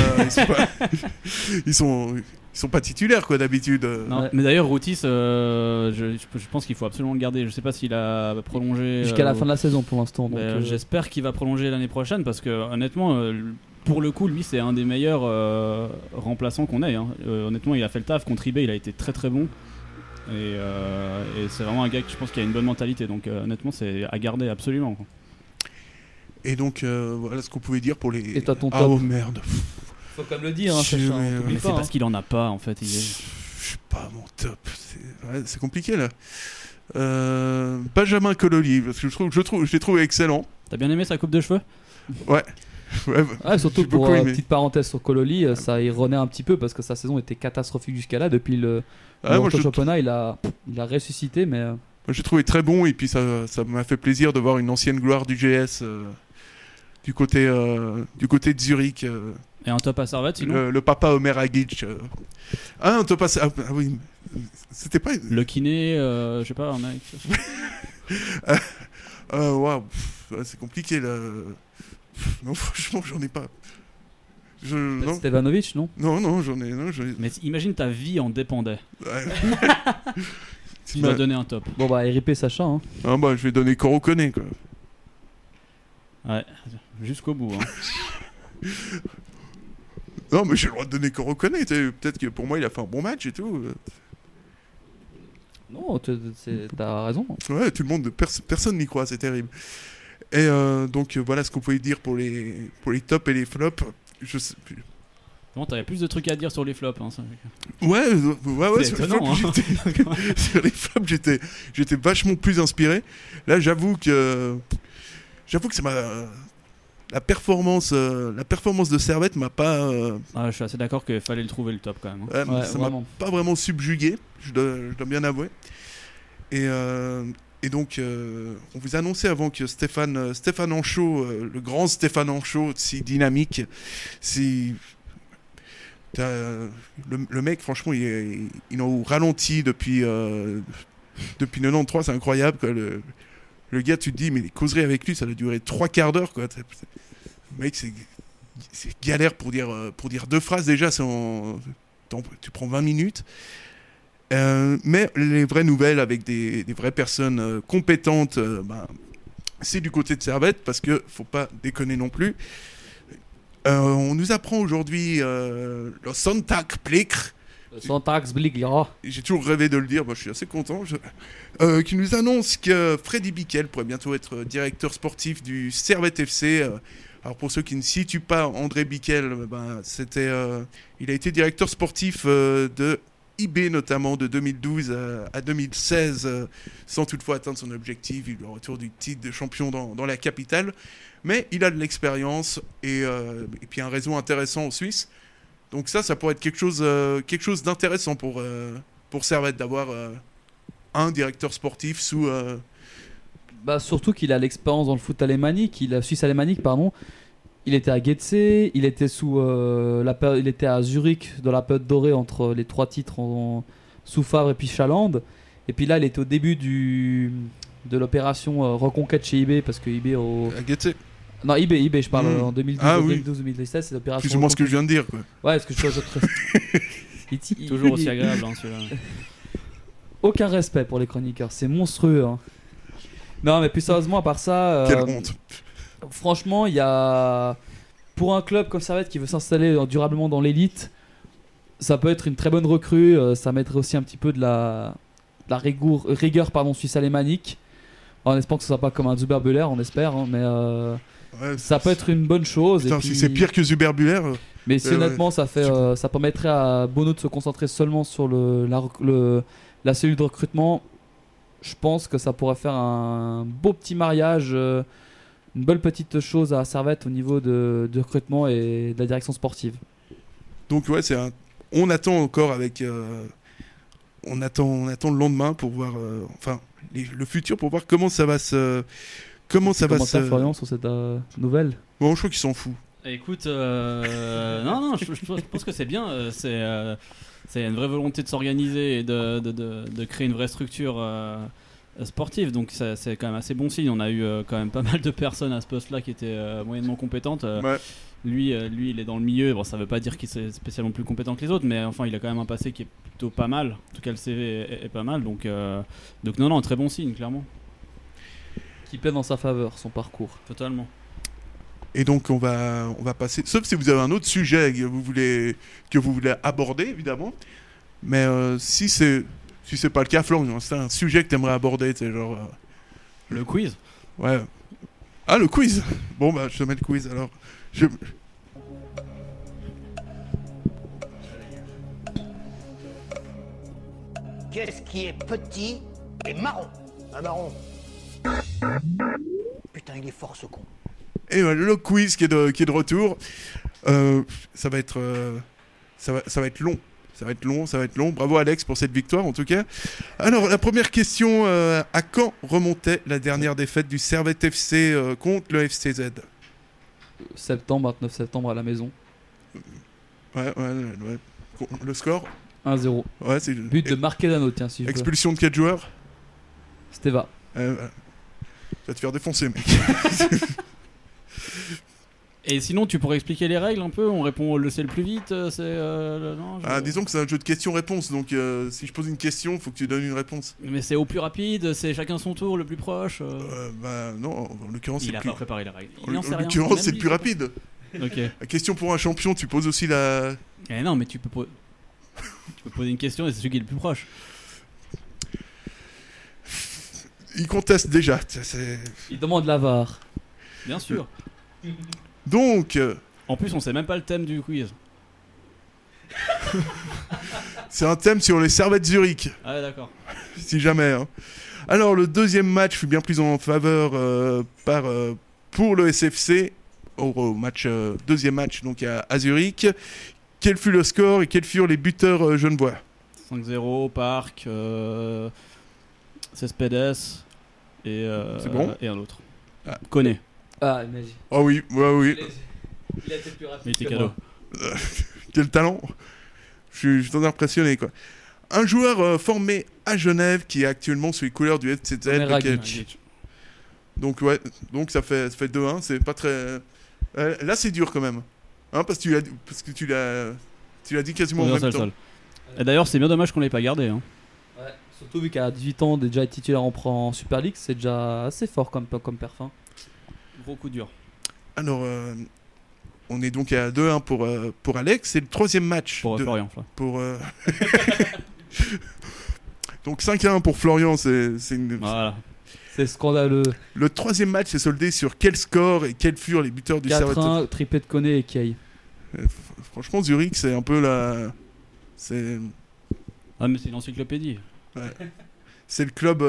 Speaker 2: Ils sont pas titulaires quoi d'habitude.
Speaker 7: Non, mais d'ailleurs Routis, je pense qu'il faut absolument le garder. Je sais pas s'il a prolongé
Speaker 6: jusqu'à la fin de la saison pour l'instant.
Speaker 7: J'espère qu'il va prolonger l'année prochaine parce que honnêtement, pour le coup, lui c'est un des meilleurs remplaçants qu'on ait. Hein. Honnêtement, il a fait le taf contre eBay, il a été très très bon. Et c'est vraiment un gars que je pense qui a une bonne mentalité. Donc honnêtement, c'est à garder absolument, quoi.
Speaker 2: Et donc voilà ce qu'on pouvait dire pour les...
Speaker 6: Et t'as ton top.
Speaker 2: Ah oh merde.
Speaker 6: Faut quand même le dire, hein,
Speaker 7: mais c'est parce qu'il en a pas en fait.
Speaker 2: Je sais pas mon top. C'est compliqué là. Benjamin Cololi, parce que je l'ai trouvé excellent.
Speaker 7: T'as bien aimé sa coupe de cheveux?
Speaker 2: Ouais.
Speaker 6: Surtout pour une petite parenthèse sur Cololi, ça y renaît un petit peu parce que sa saison était catastrophique jusqu'à là. Depuis le championnat, il a ressuscité, mais.
Speaker 2: Moi, j'ai trouvé très bon, et puis ça m'a fait plaisir de voir une ancienne gloire du GS du côté de Zurich.
Speaker 7: Et un top à Servette, sinon
Speaker 2: le papa Omer Agic. Un top à Servette. Ah oui. C'était pas.
Speaker 7: Le kiné, je sais pas, un mec.
Speaker 2: Waouh. C'est compliqué là. Non, franchement, j'en ai pas.
Speaker 6: Stevanovic, non ?
Speaker 2: Non, j'en ai.
Speaker 7: Mais imagine ta vie en dépendait.
Speaker 2: Ouais.
Speaker 7: Tu dois donner un top.
Speaker 6: Bon, bah, RIP Sacha. Hein.
Speaker 2: Ah, bah, je vais donner Corocone, quoi.
Speaker 7: Ouais, jusqu'au bout. Hein.
Speaker 2: Non, mais j'ai le droit de donner qu'on reconnaît. Peut-être que pour moi, il a fait un bon match et tout.
Speaker 6: Non, t'as raison.
Speaker 2: Ouais, tout le monde, personne n'y croit, c'est terrible. Et donc voilà ce qu'on pouvait dire pour les tops et les flops. Je sais plus.
Speaker 7: Bon, t'avais plus de trucs à dire sur les flops. Hein, ça.
Speaker 2: Ouais,
Speaker 7: C'est
Speaker 2: sur,
Speaker 7: étonnant,
Speaker 2: sur les flops, j'étais vachement plus inspiré. Là, j'avoue que ça m'a la performance de Servette m'a pas.
Speaker 7: Je suis assez d'accord qu'il fallait le trouver le top quand même. Hein.
Speaker 6: Ouais,
Speaker 2: ça
Speaker 6: vraiment.
Speaker 2: m'a pas vraiment subjugué, je dois bien avouer. Et donc, on vous annonçait avant que Stéphane Anchaud, le grand Stéphane Anchaud, si dynamique, le mec, franchement, il est au ralenti depuis 93, c'est incroyable. Quoi. Le gars, tu te dis, mais les causeries avec lui, ça doit durer 3 quarts d'heure. Quoi. Le mec, c'est galère pour dire 2 phrases déjà, tu prends 20 minutes. Mais les vraies nouvelles avec des vraies personnes compétentes, c'est du côté de Servette, parce qu'il ne faut pas déconner non plus. On nous apprend aujourd'hui le Sonntagsblick.
Speaker 6: Le Sonntagsblick, ja.
Speaker 2: J'ai toujours rêvé de le dire, je suis assez content. Qui nous annonce que Freddy Bickel pourrait bientôt être directeur sportif du Servette FC. Alors pour ceux qui ne situent pas André Bickel, il a été directeur sportif de IB notamment de 2012 à 2016, sans toutefois atteindre son objectif, le retour du titre de champion dans la capitale. Mais il a de l'expérience et puis un réseau intéressant en Suisse. Donc ça pourrait être quelque chose d'intéressant pour Servette, d'avoir un directeur sportif sous...
Speaker 6: surtout qu'il a l'expérience dans le foot alémanique, Suisse alémanique, pardon. Il était à Getse, il était il était à Zurich dans la période dorée entre les 3 titres sous Favre et puis Chaland. Et puis là, il était au début de l'opération reconquête chez IB, parce que IB
Speaker 2: à Getse.
Speaker 6: Non, IB, je parle en 2012-2016, c'est l'opération.
Speaker 2: Plus ou moins ce que je viens de dire, quoi.
Speaker 6: Ouais, parce que je
Speaker 7: toujours aussi agréable, hein, celui-là.
Speaker 6: Aucun respect pour les chroniqueurs, c'est monstrueux. Hein. Non, mais plus sérieusement, à part ça.
Speaker 2: Quelle honte.
Speaker 6: Franchement, il y a. Pour un club comme Servette qui veut s'installer durablement dans l'élite, ça peut être une très bonne recrue. Ça mettrait aussi un petit peu de la rigueur suisse alémanique. En espérant que ce soit pas comme un Zuber-Buller, on espère. Hein, mais ça peut être une bonne chose.
Speaker 2: Putain,
Speaker 6: et puis...
Speaker 2: si c'est pire que Zuber-Buller.
Speaker 6: Mais si honnêtement, ça permettrait à Bono de se concentrer seulement sur la cellule de recrutement. Je pense que ça pourrait faire un beau petit mariage, une belle petite chose à Servette au niveau de recrutement et de la direction sportive.
Speaker 2: Donc ouais, on attend encore avec... on attend le lendemain pour voir... le futur, pour voir comment ça va se... Comment
Speaker 6: Florian, sur cette nouvelle?
Speaker 2: Bon, je crois qu'il s'en fout.
Speaker 7: Écoute, non, je pense que c'est bien. C'est une vraie volonté de s'organiser et de créer une vraie structure sportive. Donc c'est quand même assez bon signe. On a eu quand même pas mal de personnes à ce poste-là qui étaient moyennement compétentes.
Speaker 2: Ouais.
Speaker 7: Lui, il est dans le milieu. Bon, ça veut pas dire qu'il est spécialement plus compétent que les autres, mais enfin, il a quand même un passé qui est plutôt pas mal. En tout cas, le CV est pas mal. Donc non, très bon signe, clairement.
Speaker 6: Qui plaît dans sa faveur, son parcours.
Speaker 7: Totalement.
Speaker 2: Et donc on va passer, sauf si vous avez un autre sujet que vous voulez aborder, évidemment. Mais si c'est pas le cas, Florian, c'est un sujet que tu aimerais aborder, c'est genre
Speaker 7: le quiz.
Speaker 2: Ouais. Ah, le quiz. Bon je te mets le quiz alors.
Speaker 8: Qu'est-ce qui est petit et marron? Un marron. Putain, il est fort ce con.
Speaker 2: Et le quiz qui est de retour. Ça va être long. Ça va être long. Bravo Alex pour cette victoire en tout cas. Alors la première question, à quand remontait la dernière défaite du Servette FC contre le FCZ?
Speaker 6: 29 septembre à la maison.
Speaker 2: Ouais. Le score
Speaker 6: 1-0.
Speaker 2: Ouais, c'est
Speaker 6: but de Marquedano, tiens, si je peux.
Speaker 2: Expulsion de 4 joueurs.
Speaker 6: Steva.
Speaker 2: Tu vas te faire défoncer, mec.
Speaker 7: Et sinon, tu pourrais expliquer les règles un peu? On répond c'est le plus vite.
Speaker 2: Disons que c'est un jeu de questions-réponses. Donc, si je pose une question, il faut que tu donnes une réponse.
Speaker 7: Mais c'est au plus rapide. C'est chacun son tour, le plus proche.
Speaker 2: Non, en l'occurrence,
Speaker 7: il a pas préparé les règles.
Speaker 2: En l'occurrence, c'est le plus rapide.
Speaker 7: Ok.
Speaker 2: La question pour un champion, tu poses aussi la...
Speaker 7: Eh non, mais tu peux poser une question et c'est celui qui est le plus proche.
Speaker 2: Il conteste déjà.
Speaker 6: Il demande la VAR.
Speaker 7: Bien sûr.
Speaker 2: Donc,
Speaker 7: En plus, on sait même pas le thème du quiz.
Speaker 2: c'est un thème sur les Servette Zurich,
Speaker 7: Ah ouais, d'accord.
Speaker 2: si jamais. Hein. Alors, le deuxième match fut bien plus en faveur pour le SFC au match, deuxième match donc à Zurich. Quel fut le score et quels furent les buteurs genevois?
Speaker 7: 5-0, Parc, Cespedes et,
Speaker 2: C'est bon
Speaker 7: et un autre.
Speaker 2: Ah.
Speaker 7: Connais.
Speaker 6: Ah, imagine.
Speaker 2: Oh oui, oui.
Speaker 6: Il a été plus rapide.
Speaker 7: Mais c'est
Speaker 6: que
Speaker 7: cadeau.
Speaker 6: moi.
Speaker 2: Quel talent. Je suis très impressionné, quoi. Un joueur formé à Genève qui est actuellement sous les couleurs du FCZ.
Speaker 6: Ragic.
Speaker 2: Donc ouais, donc ça fait 2-1, c'est pas très... là c'est dur quand même. Hein, parce que tu l'as dit quasiment en même temps.
Speaker 7: Et d'ailleurs, c'est bien dommage qu'on l'ait pas gardé. Hein.
Speaker 6: Ouais, surtout vu qu'à 18 ans, déjà être titulaire en Super League, c'est déjà assez fort comme perf. Hein.
Speaker 7: Gros coup dur.
Speaker 2: Alors, on est donc à 2-1 pour Alex. C'est le troisième match.
Speaker 7: Pour Florian.
Speaker 2: Donc 5-1 pour Florian, c'est une...
Speaker 7: Voilà.
Speaker 6: C'est scandaleux.
Speaker 2: Le troisième match s'est soldé sur quel score et quels furent les buteurs du Servette.
Speaker 6: 4-1, triplé de Koné et Kay.
Speaker 2: Franchement, Zurich, c'est un peu la... C'est...
Speaker 7: Ah, mais c'est une encyclopédie.
Speaker 2: Ouais. C'est le club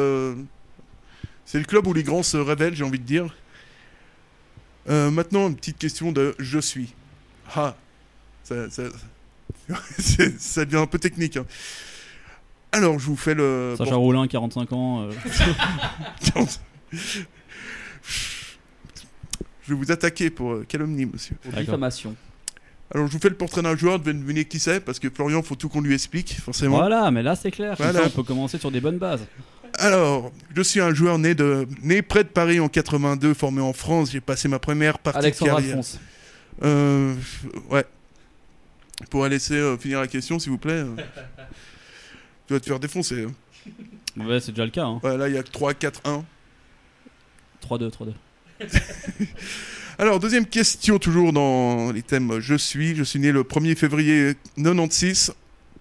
Speaker 2: où les grands se révèlent, j'ai envie de dire. Maintenant, une petite question de je suis. Ah, ça devient un peu technique. Hein. Alors, je vous fais le...
Speaker 7: Sacha Roulin, 45 ans.
Speaker 2: Je vais vous attaquer pour calomnie, monsieur.
Speaker 6: Pour diffamation.
Speaker 2: Alors, je vous fais le portrait d'un joueur, devinez qui c'est, parce que Florian, faut tout qu'on lui explique, forcément.
Speaker 7: Voilà, mais là c'est clair.
Speaker 2: Voilà.
Speaker 7: Comme ça, on peut commencer sur des bonnes bases.
Speaker 2: Alors, je suis un joueur né près de Paris en 82, formé en France. J'ai passé ma première partie
Speaker 6: Alexandre
Speaker 2: de carrière.
Speaker 6: Alphonse.
Speaker 2: Ouais. Pour laisser finir la question, s'il vous plaît. Tu vas te faire défoncer.
Speaker 7: Ouais, c'est déjà le cas. Hein.
Speaker 2: Ouais, là, il y a 3-4-1.
Speaker 7: 3-2.
Speaker 2: Alors, deuxième question, toujours dans les thèmes je suis né le 1er février 96.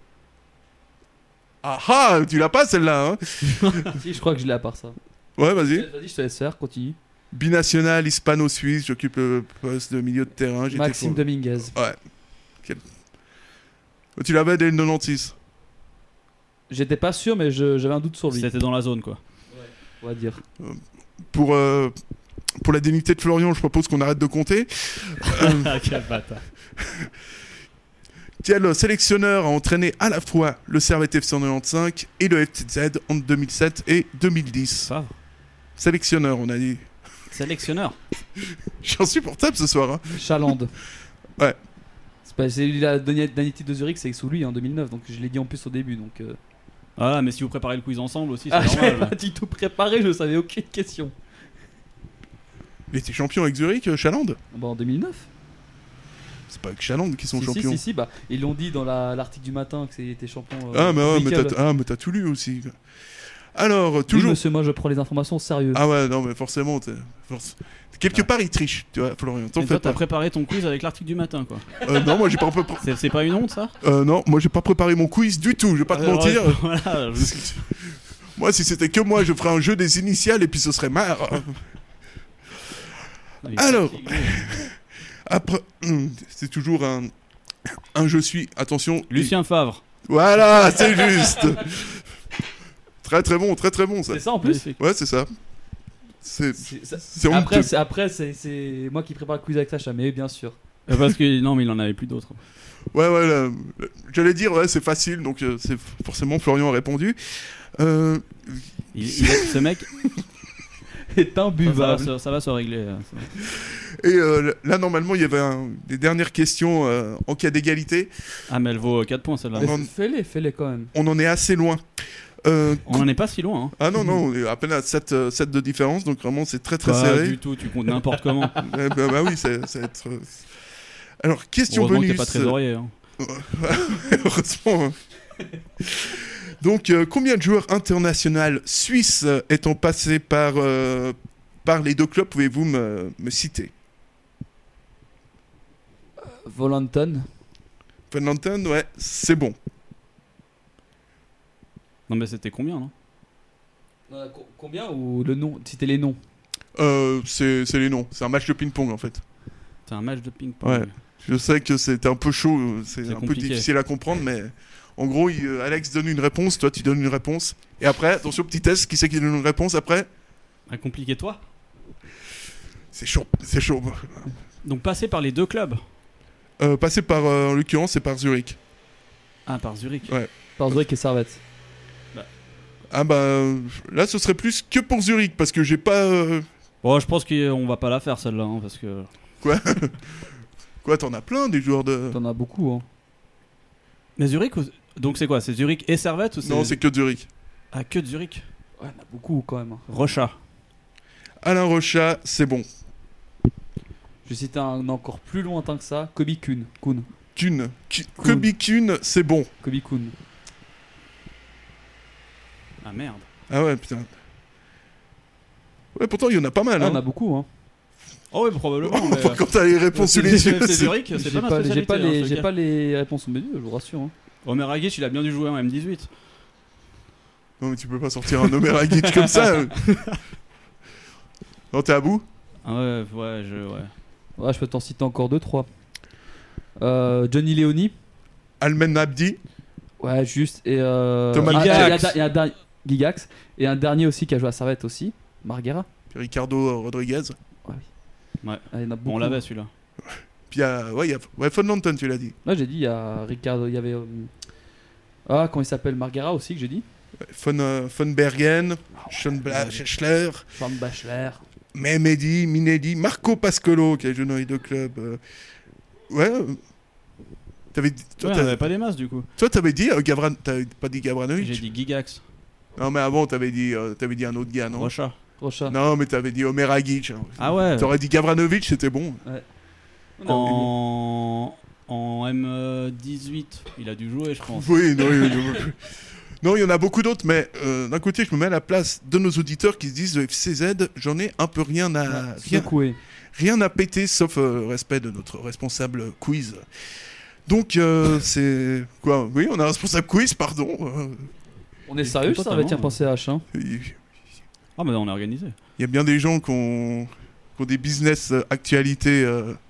Speaker 2: Ah, tu l'as pas celle-là, hein?
Speaker 6: Si, je crois que je l'ai à part ça.
Speaker 2: Ouais, vas-y.
Speaker 6: Vas-y, je te laisse faire, continue.
Speaker 2: Binational hispano-suisse, j'occupe le poste de milieu de terrain.
Speaker 6: Maxime Dominguez.
Speaker 2: Ouais. Tu l'avais dès le 96.
Speaker 6: J'étais pas sûr, mais j'avais un doute sur lui.
Speaker 7: C'était dans la zone, quoi.
Speaker 6: Ouais, on va dire.
Speaker 2: Pour la dignité de Florian, je propose qu'on arrête de compter.
Speaker 7: Quel bâtard.
Speaker 2: Quel sélectionneur a entraîné à la fois le Servette FC en 95 et le FCZ en 2007 et 2010?
Speaker 7: Favre.
Speaker 2: Sélectionneur, on a dit.
Speaker 7: Sélectionneur.
Speaker 2: Je suis insupportable ce soir. Hein.
Speaker 6: Chaland.
Speaker 2: Ouais.
Speaker 6: C'est la dernière titre de Zurich, c'est sous lui en 2009, donc je l'ai dit en plus au début. Donc,
Speaker 7: Ah, mais si vous préparez le quiz ensemble aussi, c'est
Speaker 6: j'avais
Speaker 7: normal.
Speaker 6: pas dit tout préparé, je savais aucune question.
Speaker 2: Il était champion avec Zurich, Chaland?
Speaker 6: Bah, en 2009.
Speaker 2: C'est pas avec Chaland qui sont champions.
Speaker 6: Si, bah, ils l'ont dit dans l'article du matin que c'était champion.
Speaker 2: Mais t'as tout lu aussi. Alors, toujours.
Speaker 6: Oui, monsieur, moi je prends les informations au sérieux.
Speaker 2: Ah ouais, non, mais forcément. Quelque part, il triche, tu vois, Florian.
Speaker 7: Et toi, t'as préparé ton quiz avec l'article du matin, quoi.
Speaker 2: Non, moi j'ai pas.
Speaker 7: C'est pas une honte, ça?
Speaker 2: Non, moi j'ai pas préparé mon quiz du tout, je vais pas te mentir.
Speaker 7: Voilà,
Speaker 2: Moi, si c'était que moi, je ferais un jeu des initiales et puis ce serait marre. Alors, après, c'est toujours un je suis. Attention.
Speaker 7: Lucien Favre.
Speaker 2: Voilà, c'est juste. Très bon ça.
Speaker 6: C'est ça en plus.
Speaker 2: Ouais, c'est ça. C'est
Speaker 6: Après, c'est moi qui prépare le quiz avec Sacha, mais bien sûr.
Speaker 7: Parce que non, mais il en avait plus d'autres.
Speaker 2: Ouais, j'allais dire, ouais, c'est facile, donc c'est forcément Florian a répondu.
Speaker 7: Ce mec
Speaker 6: est imbuvable.
Speaker 7: Ça va se régler.
Speaker 2: Et là, normalement, il y avait des dernières questions en cas d'égalité.
Speaker 7: Ah, mais elle vaut 4 points celle-là.
Speaker 6: Fais-les quand même.
Speaker 2: On en est assez loin.
Speaker 7: On n'en est pas si loin. Hein.
Speaker 2: Ah non, on est à peine à 7 de différence, donc vraiment c'est très serré.
Speaker 7: Pas du tout, tu comptes n'importe comment.
Speaker 2: bah oui, ça va être... Alors, question
Speaker 7: heureusement
Speaker 2: bonus.
Speaker 7: que t'es pas trésorier. Hein.
Speaker 2: Heureusement. Hein. Donc, combien de joueurs internationaux suisses étant passés par les deux clubs pouvez-vous me citer?
Speaker 6: Volanton.
Speaker 2: Fenlanton, ouais, c'est bon.
Speaker 7: Non, mais c'était combien, non?
Speaker 6: Combien ou le nom? C'était les noms.
Speaker 2: C'est les noms. C'est un match de ping-pong en fait.
Speaker 7: C'est un match de ping-pong.
Speaker 2: Ouais. Je sais que c'était un peu chaud, c'est un peu
Speaker 7: compliqué.
Speaker 2: difficile à comprendre, mais en gros, Alex donne une réponse, toi tu donnes une réponse, et après, attention, petit test, qui c'est qui donne une réponse après?
Speaker 7: Ah, compliqué, toi?
Speaker 2: C'est chaud, c'est chaud.
Speaker 7: Donc, passer par les deux clubs.
Speaker 2: Passer par, en l'occurrence, c'est par Zurich.
Speaker 7: Ah, par Zurich.
Speaker 2: Ouais.
Speaker 6: Par Zurich et Servette.
Speaker 2: Ah bah, là, ce serait plus que pour Zurich, parce que j'ai pas...
Speaker 7: Bon, je pense qu'on va pas la faire celle-là, hein, parce que.
Speaker 2: Quoi, t'en as plein des joueurs de...
Speaker 6: T'en as beaucoup, hein.
Speaker 7: Mais Zurich, donc c'est quoi? C'est Zurich et Servette ou
Speaker 2: Non, c'est que de Zurich.
Speaker 7: Ah, que de Zurich.
Speaker 6: Ouais, il y en a beaucoup quand même.
Speaker 7: Rocha.
Speaker 2: Alain Rocha, c'est bon.
Speaker 6: Je vais citer un encore plus lointain que ça. Kobe Kuhn.
Speaker 2: Kuhn. Kobe Kuhn, c'est bon.
Speaker 6: Kobe Kuhn.
Speaker 7: Ah merde.
Speaker 2: Ah ouais, putain. Ouais, pourtant, il y en a pas mal.
Speaker 6: Ah,
Speaker 2: hein.
Speaker 6: on a beaucoup, hein.
Speaker 7: Oh, oui, probablement. mais,
Speaker 2: Quand t'as les réponses sous les yeux.
Speaker 7: c'est Zurich, c'est
Speaker 6: J'ai
Speaker 7: pas ma
Speaker 6: pas,
Speaker 7: spécialité.
Speaker 6: j'ai pas les réponses au milieu, je vous rassure. Hein.
Speaker 7: Omer Agic, il a bien dû jouer en M18.
Speaker 2: Non, mais tu peux pas sortir un Omer Agic comme ça. Non, t'es à bout?
Speaker 7: Ah ouais.
Speaker 6: Ouais, je peux t'en citer encore 2-3. Johnny Leoni.
Speaker 2: Almen Abdi.
Speaker 6: Ouais, juste. Et
Speaker 2: Thomas
Speaker 6: Gigax. Gigax. Et un dernier aussi qui a joué à Servette aussi. Marguera.
Speaker 2: Puis Ricardo Rodriguez.
Speaker 7: Ouais.
Speaker 6: Ah, il y en a beaucoup.
Speaker 7: Bon, on l'avait celui-là.
Speaker 2: Puis il y a Von Lanton, tu l'as dit.
Speaker 6: Ouais, j'ai dit, il y a Ricardo. Il y avait. Comment il s'appelle? Marguera aussi, que j'ai dit.
Speaker 2: Von Bergen. Sean Scheffler.
Speaker 6: Van Bachler.
Speaker 2: Mehmedi, Minedi. Marco Pascolo, qui est jeune de club. Ouais. T'avais dit.
Speaker 7: Ouais, on avait pas des masses du coup.
Speaker 2: Toi, t'avais dit t'avais pas dit Gavranovic?
Speaker 7: J'ai dit Gigax.
Speaker 2: Non, mais avant, t'avais dit un autre gars, non?
Speaker 7: Rocha.
Speaker 2: Non, mais t'avais dit Omer Agic.
Speaker 7: Ah ouais.
Speaker 2: T'aurais dit Gavranovic, c'était bon.
Speaker 6: Ouais.
Speaker 7: En M18, il a dû jouer, je pense.
Speaker 2: Oui, non, non, il y en a beaucoup d'autres, mais d'un côté, je me mets à la place de nos auditeurs qui se disent FCZ, j'en ai un peu rien à péter, sauf respect de notre responsable quiz. Donc, c'est quoi? Oui, on a un responsable quiz, pardon.
Speaker 6: On est sérieux, ça va, tiens, penser à H. Hein.
Speaker 7: Ah, mais on est organisé.
Speaker 2: Il y a bien des gens qui ont des business actualités.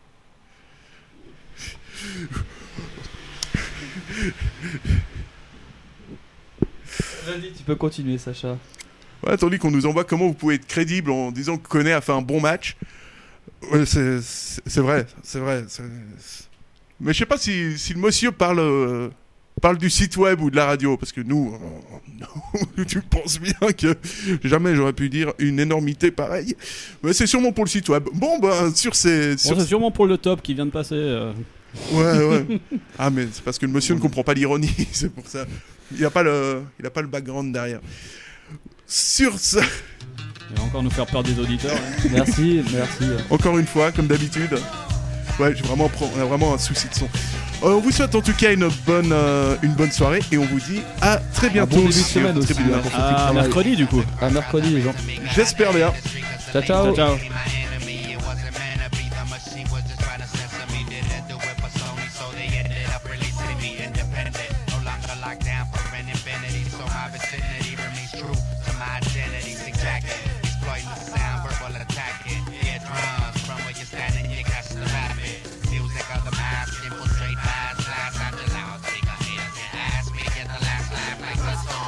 Speaker 6: Vas-y, tu peux continuer, Sacha.
Speaker 2: Ouais, tandis qu'on nous envoie comment vous pouvez être crédible en disant que Koné a fait un bon match. Ouais, c'est vrai. Mais je sais pas si le monsieur parle du site web ou de la radio, parce que nous, tu penses bien que jamais j'aurais pu dire une énormité pareille. Mais c'est sûrement pour le site web. Bon, ben,
Speaker 7: c'est sûrement pour le top qui vient de passer.
Speaker 2: Ouais. Ah, mais c'est parce que le monsieur ne comprend pas l'ironie, c'est pour ça. Il a pas le background derrière. Sur ça...
Speaker 7: Il va encore nous faire peur des auditeurs. Hein.
Speaker 6: Merci.
Speaker 2: Encore une fois, comme d'habitude. Ouais, on a vraiment un souci de son. On vous souhaite en tout cas une bonne soirée et on vous dit à très bientôt.
Speaker 6: Un bon début de semaine aussi.
Speaker 7: À mercredi du coup.
Speaker 6: À mercredi les gens.
Speaker 2: J'espère bien.
Speaker 6: Ciao.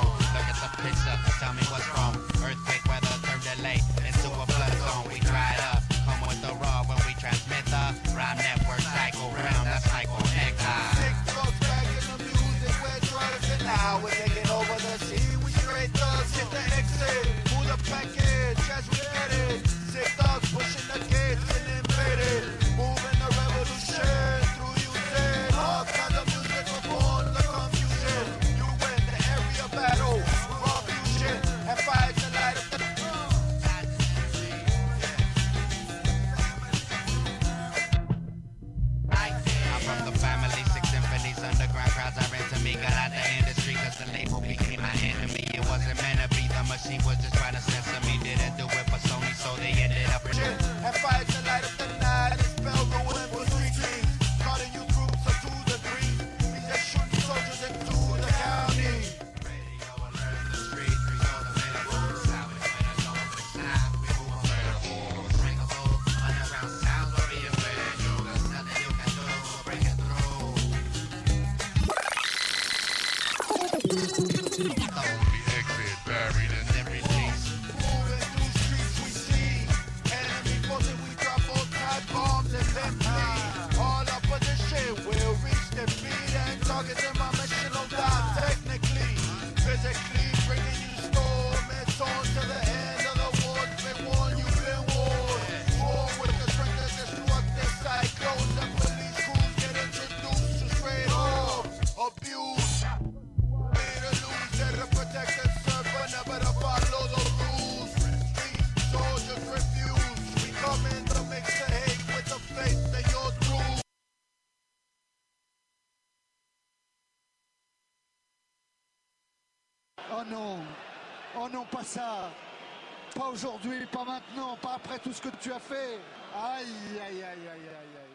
Speaker 8: Tell me what's wrong. Earthquake weather turned LA into a flood zone. We dried up.
Speaker 9: Oh non. Oh non, pas ça. Pas aujourd'hui, pas maintenant, pas après tout ce que tu as fait. Aïe, aïe, aïe, aïe, aïe, aïe.